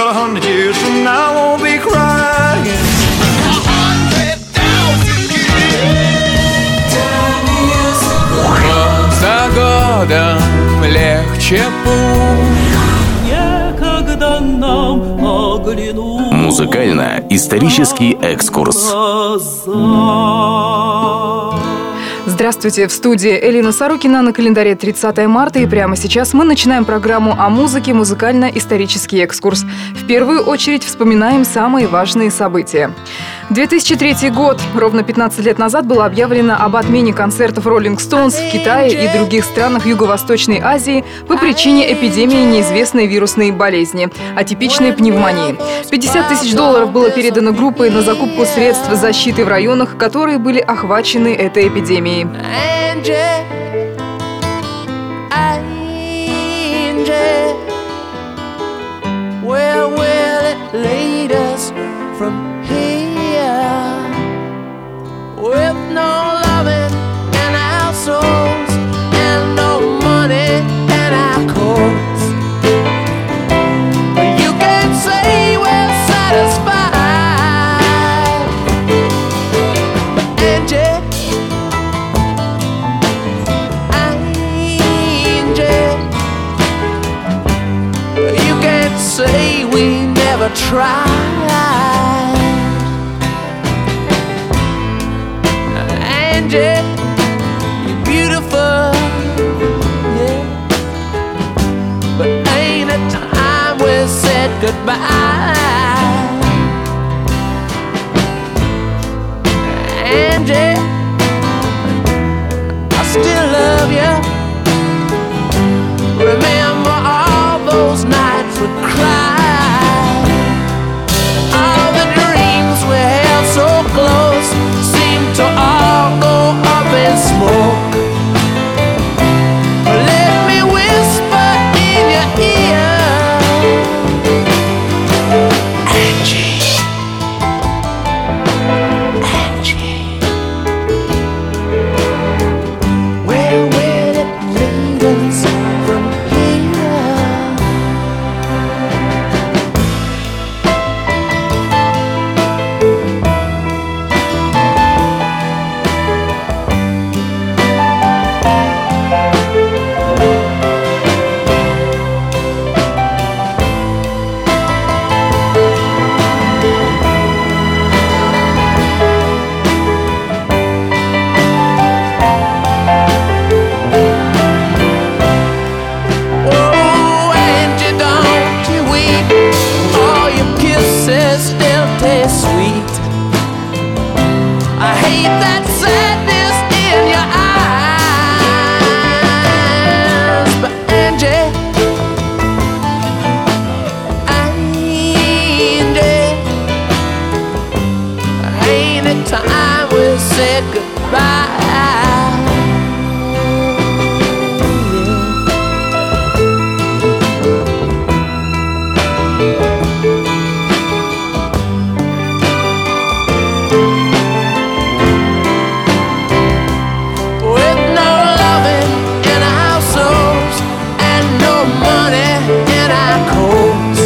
100 years from now, I won't be crying. 100,000 years. Год за годом легче путь. Некогда нам оглянуть. Музыкально-исторический экскурс. Здравствуйте, в студии Элина Сорокина, на календаре 30 марта, и прямо сейчас мы начинаем программу о музыке «Музыкально-исторический экскурс». В первую очередь вспоминаем самые важные события. 2003 год. Ровно 15 лет назад было объявлено об отмене концертов Rolling Stones в Китае и других странах Юго-Восточной Азии по причине эпидемии неизвестной вирусной болезни – атипичной пневмонии. $50 тысяч было передано группой на закупку средств защиты в районах, которые были охвачены этой эпидемией. With no loving in our souls and no money in our coats, you can't say we're satisfied. But Angie, you can't say we never tried. You're beautiful, yeah, but ain't it time we said goodbye? Angie, I still love you. Remember all those nights we cried, all the dreams we held so close seemed to all go up in smoke. Let me whisper in your ear, Angie, Angie, where will it lead us from here? Time we said goodbye. With no loving in our souls and no money in our coats,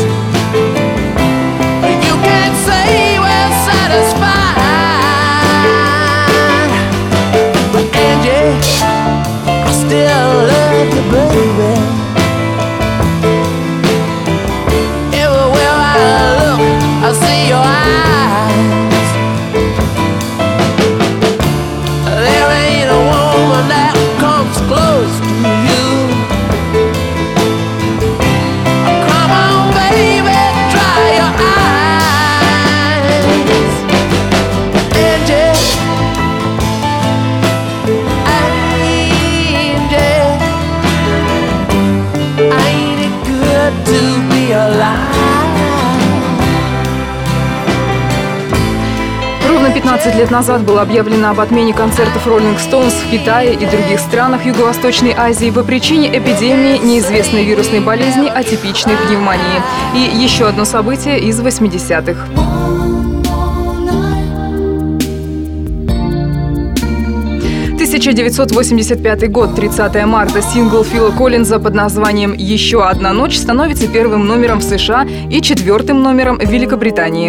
you can't say we're satisfied. Ровно 15 лет назад было объявлено об отмене концертов Rolling Stones в Китае и других странах Юго-Восточной Азии по причине эпидемии неизвестной вирусной болезни атипичной пневмонии. И еще одно событие из 80-х. 1985 год, 30 марта, сингл Фила Коллинза под названием «Еще одна ночь» становится первым номером в США и четвертым номером в Великобритании.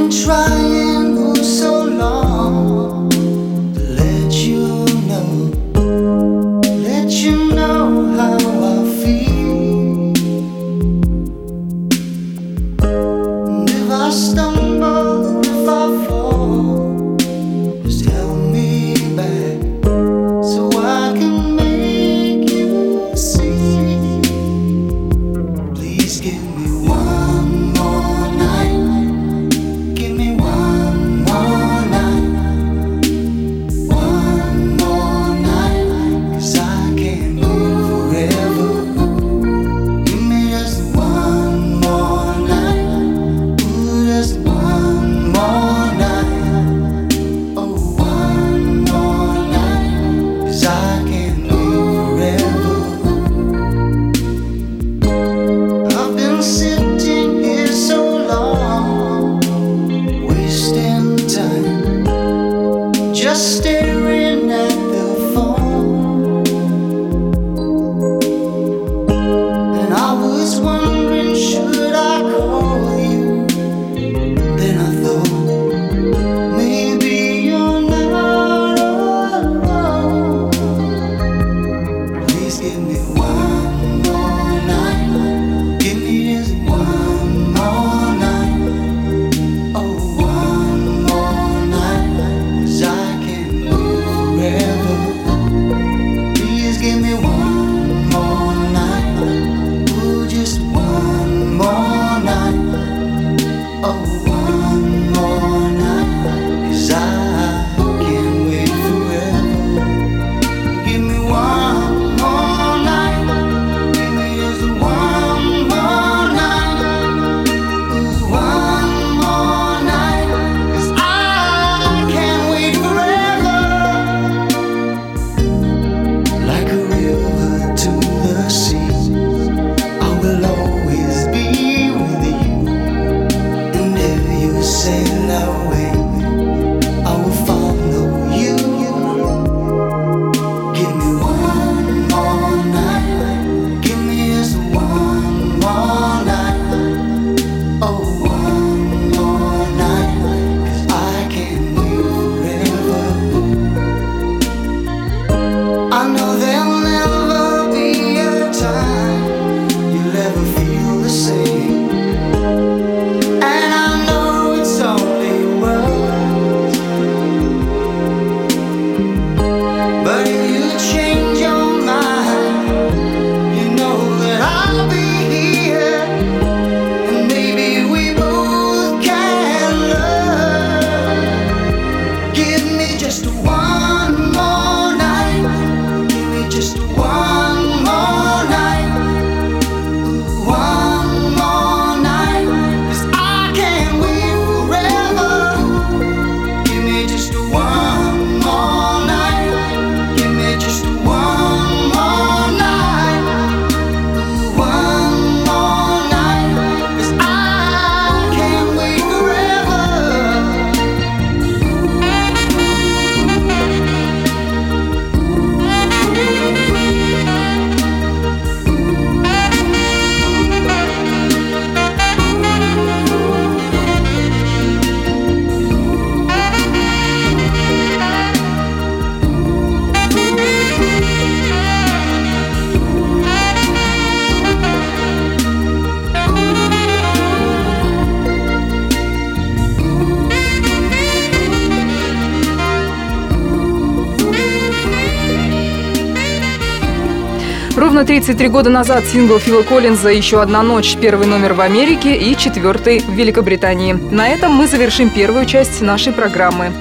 Ровно 33 года назад сингл Фила Коллинза «Еще одна ночь» первый номер в Америке и четвертый в Великобритании. На этом мы завершим первую часть нашей программы.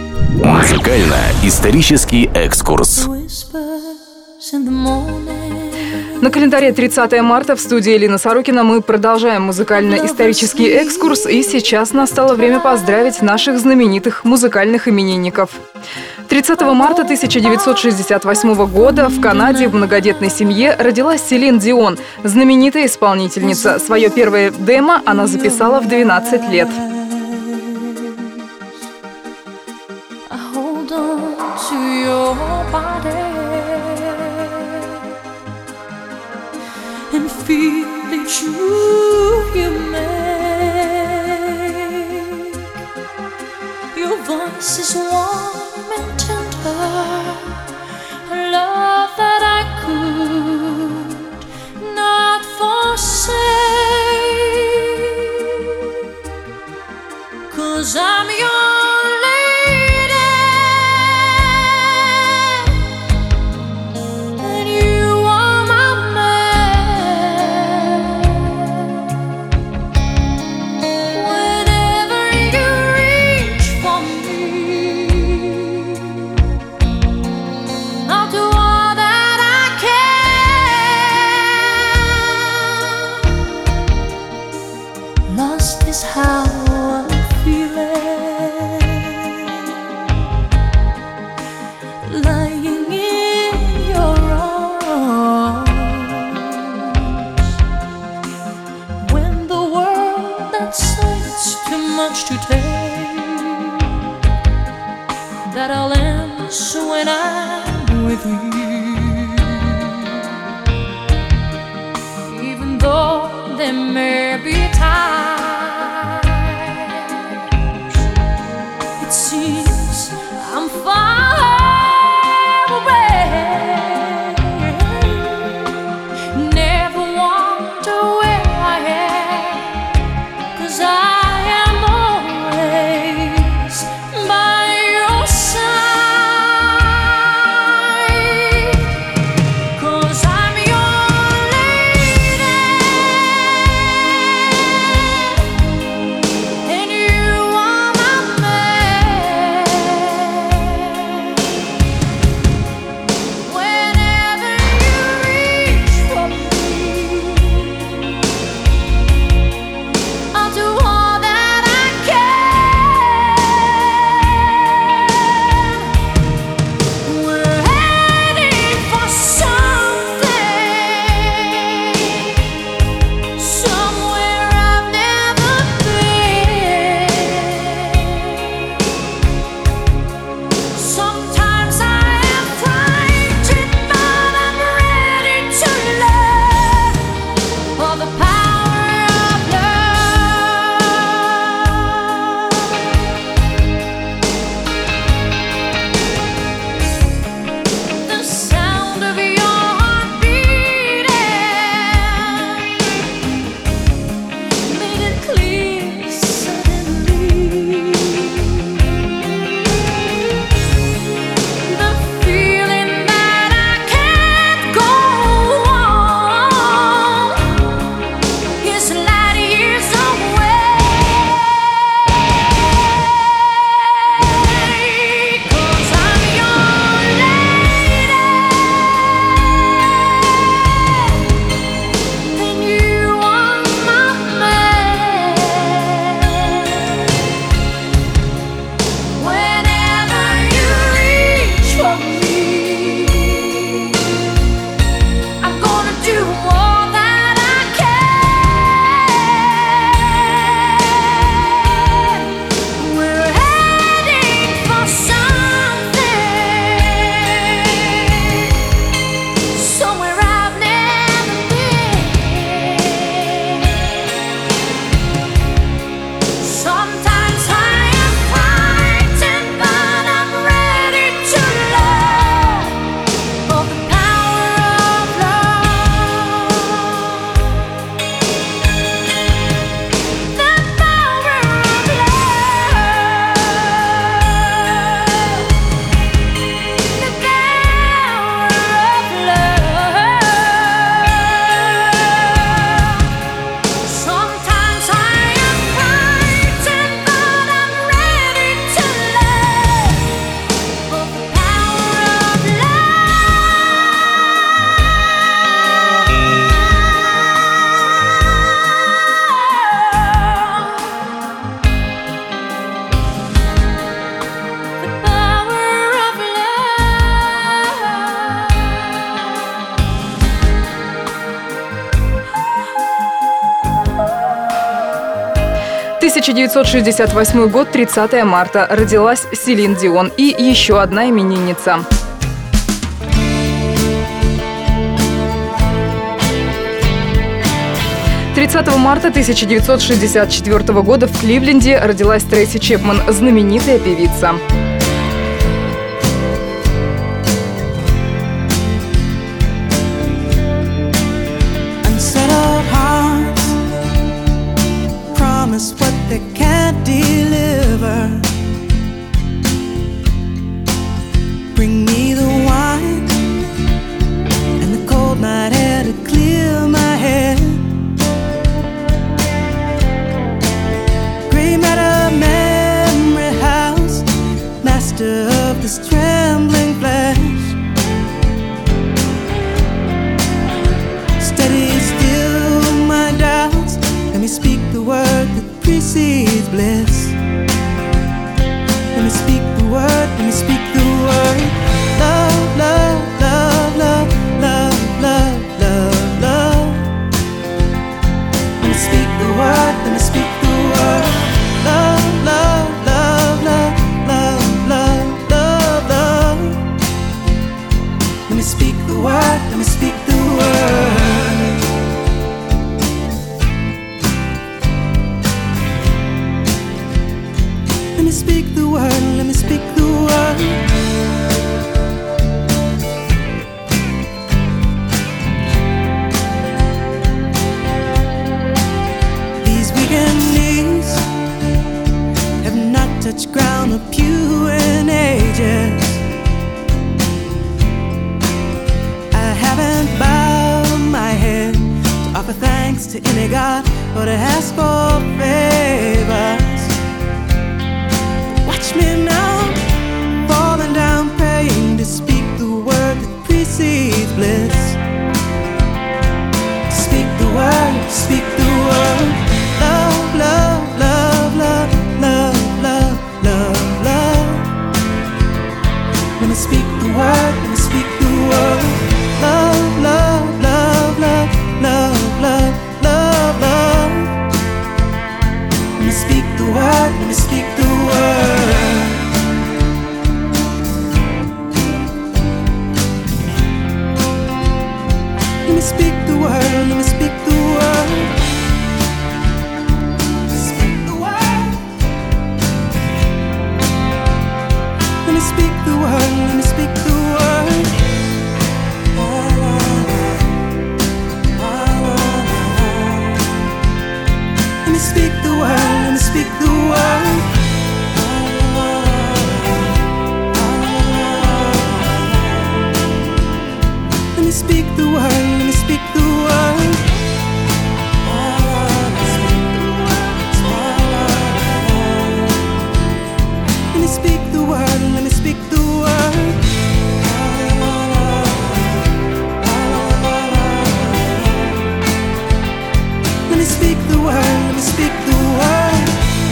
Музыкально-исторический экскурс. На календаре 30 марта в студии Элина Сорокина мы продолжаем музыкально-исторический экскурс, и сейчас настало время поздравить наших знаменитых музыкальных именинников. 30 марта 1968 года в Канаде в многодетной семье родилась Селин Дион, знаменитая исполнительница. Свое первое демо она записала в 12 лет. I hold on to your body. move you make. Your voice is warm and tender, a love that I could not forsake. 'Cause I'm your lady, and you are my man. Whenever you reach for me, I'll do all that I can. Lost is how I'm feeling, lying in your arms. When the world that says too much to take, that I'll answer when I'm with you. Even though there may be times it seems I'm far away. Never wonder where I am, 'cause I am always by your side. 'Cause I'm your lady, and you are my man. Whenever you reach for me, I'll do all that I can. We're heading for something, somewhere I've never been. Sometimes I am frightened, but I'm ready to learn all the power of love. The sound of your heart beating made it clear suddenly. The feeling that I can't go on is light years away. 'Cause I'm your lady, and you are my man. Whenever you reach for me, I'm gonna do all that I can. We're heading for something, somewhere I've never been. Sometimes I am frightened, but I'm ready to learn of the power of love. The power of love. Sometimes I am frightened, but I'm ready to learn of the power of — 1968 год, 30 марта. Родилась Селин Дион. И еще одна именинница. 30 марта 1964 года в Кливленде родилась Трейси Чепман, знаменитая певица. Unsettled hearts promise what they can't deliver. Bring me the wine and the cold night air to clear my head. Gray matter memory house, master of this trembling flesh. Steady still my doubts. Let me speak the word that precedes bliss. Let me speak the word, let me speak the word. Love, love, love, love, love, love, love, love. Let me speak the word, let me speak the word. Love, love, love, love, love, love, love, love. Let me speak the word, let me speak the word. Let me speak the word, let me speak the word. These weekend knees have not touched ground or pew in ages. I haven't bowed my head to offer thanks to any God or to ask for favors. Watch me now, falling down, praying to speak the word that precedes bliss. Speak the word, speak the word. Love, love, love, love, love, love, love, love. Let me speak the word, let me speak the word. Love, love, love, love, love, love, love, love. Let me speak the word, let me speak the word. Let me speak the word, let me speak the word. Speak the word. Let me speak the word, let me speak the word. Let me speak the word, let me speak the word. Let me speak the word, let me speak the word. Let me speak the word, let me speak the word. Let me speak the word, let me speak the word.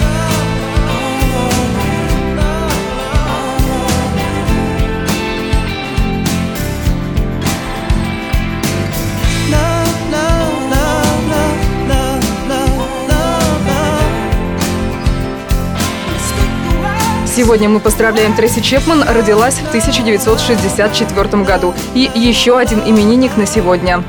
Love, love, love, love, love, love, love, love. Let me speak the word. Сегодня мы поздравляем Трейси Чепман, родилась в 1964 году. И еще один именинник на сегодня.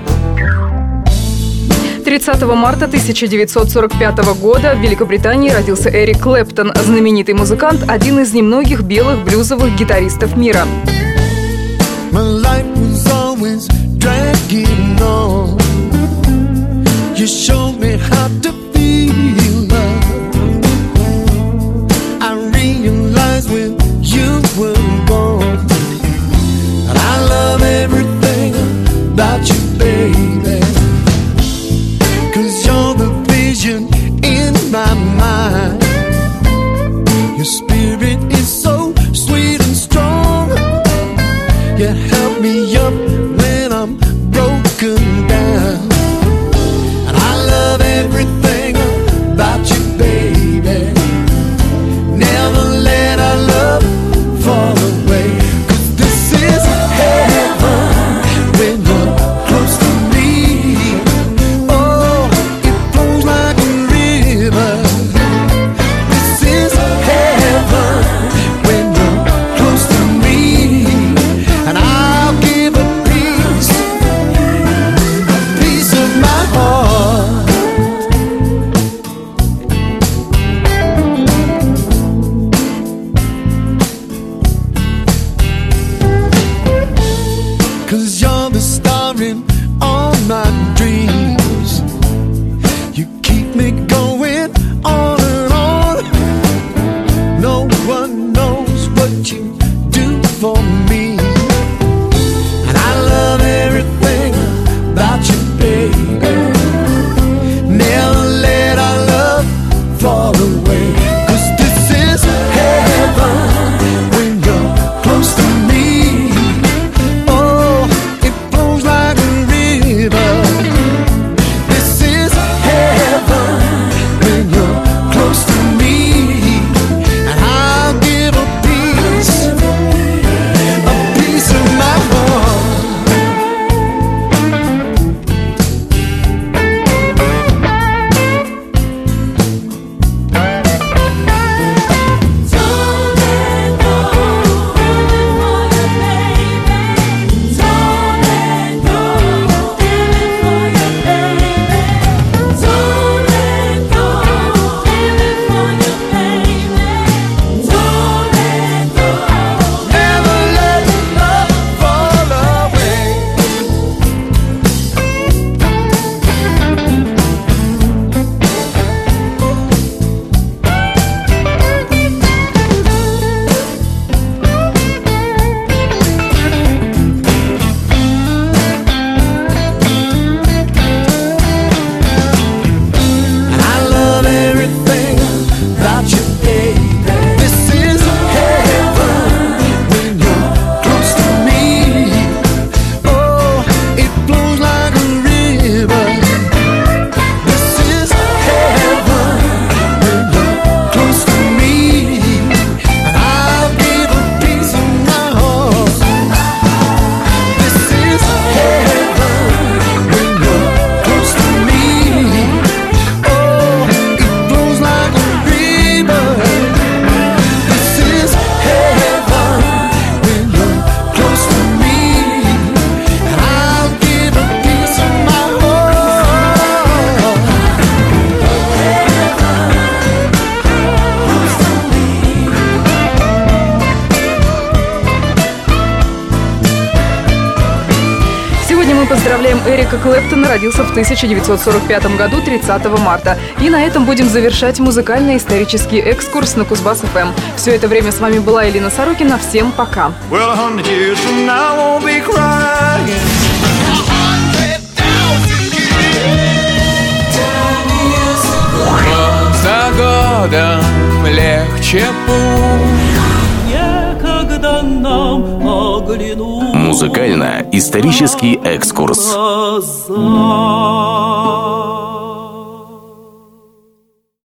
30 марта 1945 года в Великобритании родился Эрик Клэптон, знаменитый музыкант, один из немногих белых блюзовых гитаристов мира. My life was always dragging on. You showed me how to feel love. I realized when you were gone, and I love everything about you, baby. 'Cause you're the vision in my mind. Your spirit is so sweet and strong. You help me up when I'm broken down. And I love everything far away. 'Cause this is heaven when you're close to me. Oh, it flows like a river. This is heaven when you're close to me. And I'll give a piece of my heart. Never let love fall away. And I love everything about you, baby. This is heaven when you're close to me. Oh, it flows like a river. This is heaven when you're close to me. And I'll give a piece of my heart. This is heaven when you're close to me. Oh, it flows like a river. This is heaven when you're close to me. And I'll give a piece of my heart. Сегодня мы поздравляем Эрика Клэптона, родился в 1945 году, 30 марта. И на этом будем завершать музыкально-исторический экскурс на Кузбасс-ФМ. Все это время с вами была Элина Сорокина. Всем пока! Well, 100 years from now, I won't be crying. 100 за годом легче путь. Некогда нам оглянуть Музыкально-исторический экскурс. глаза.